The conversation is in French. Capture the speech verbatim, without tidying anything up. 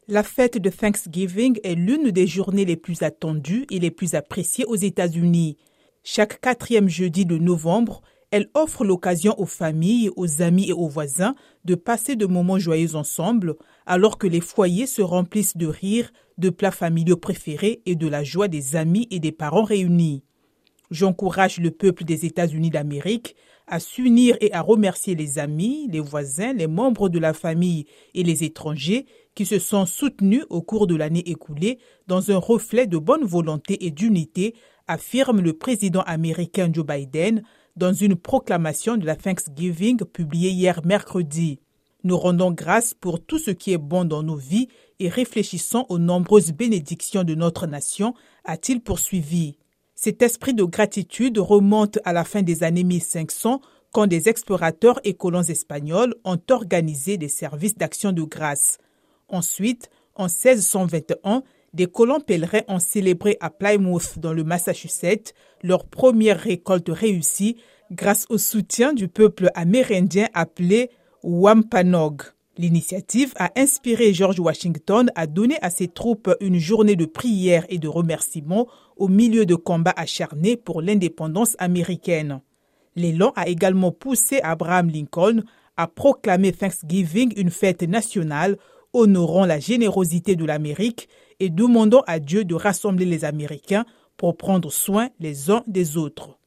La fête de Thanksgiving est l'une des journées les plus attendues et les plus appréciées aux États-Unis. Chaque quatrième jeudi de novembre, elle offre l'occasion aux familles, aux amis et aux voisins de passer de moments joyeux ensemble, alors que les foyers se remplissent de rires, de plats familiaux préférés et de la joie des amis et des parents réunis. J'encourage le peuple des États-Unis d'Amérique à s'unir et à remercier les amis, les voisins, les membres de la famille et les étrangers qui se sont soutenus au cours de l'année écoulée dans un reflet de bonne volonté et d'unité, affirme le président américain Joe Biden dans une proclamation de la Thanksgiving publiée hier mercredi. Nous rendons grâce pour tout ce qui est bon dans nos vies et réfléchissons aux nombreuses bénédictions de notre nation, a-t-il poursuivi. Cet esprit de gratitude remonte à la fin des années mille cinq cents, quand des explorateurs et colons espagnols ont organisé des services d'action de grâce. Ensuite, en seize cent vingt et un, des colons pèlerins ont célébré à Plymouth, dans le Massachusetts, leur première récolte réussie grâce au soutien du peuple amérindien appelé Wampanoag. L'initiative a inspiré George Washington à donner à ses troupes une journée de prière et de remerciement au milieu de combats acharnés pour l'indépendance américaine. L'élan a également poussé Abraham Lincoln à proclamer Thanksgiving une fête nationale honorant la générosité de l'Amérique et demandant à Dieu de rassembler les Américains pour prendre soin les uns des autres.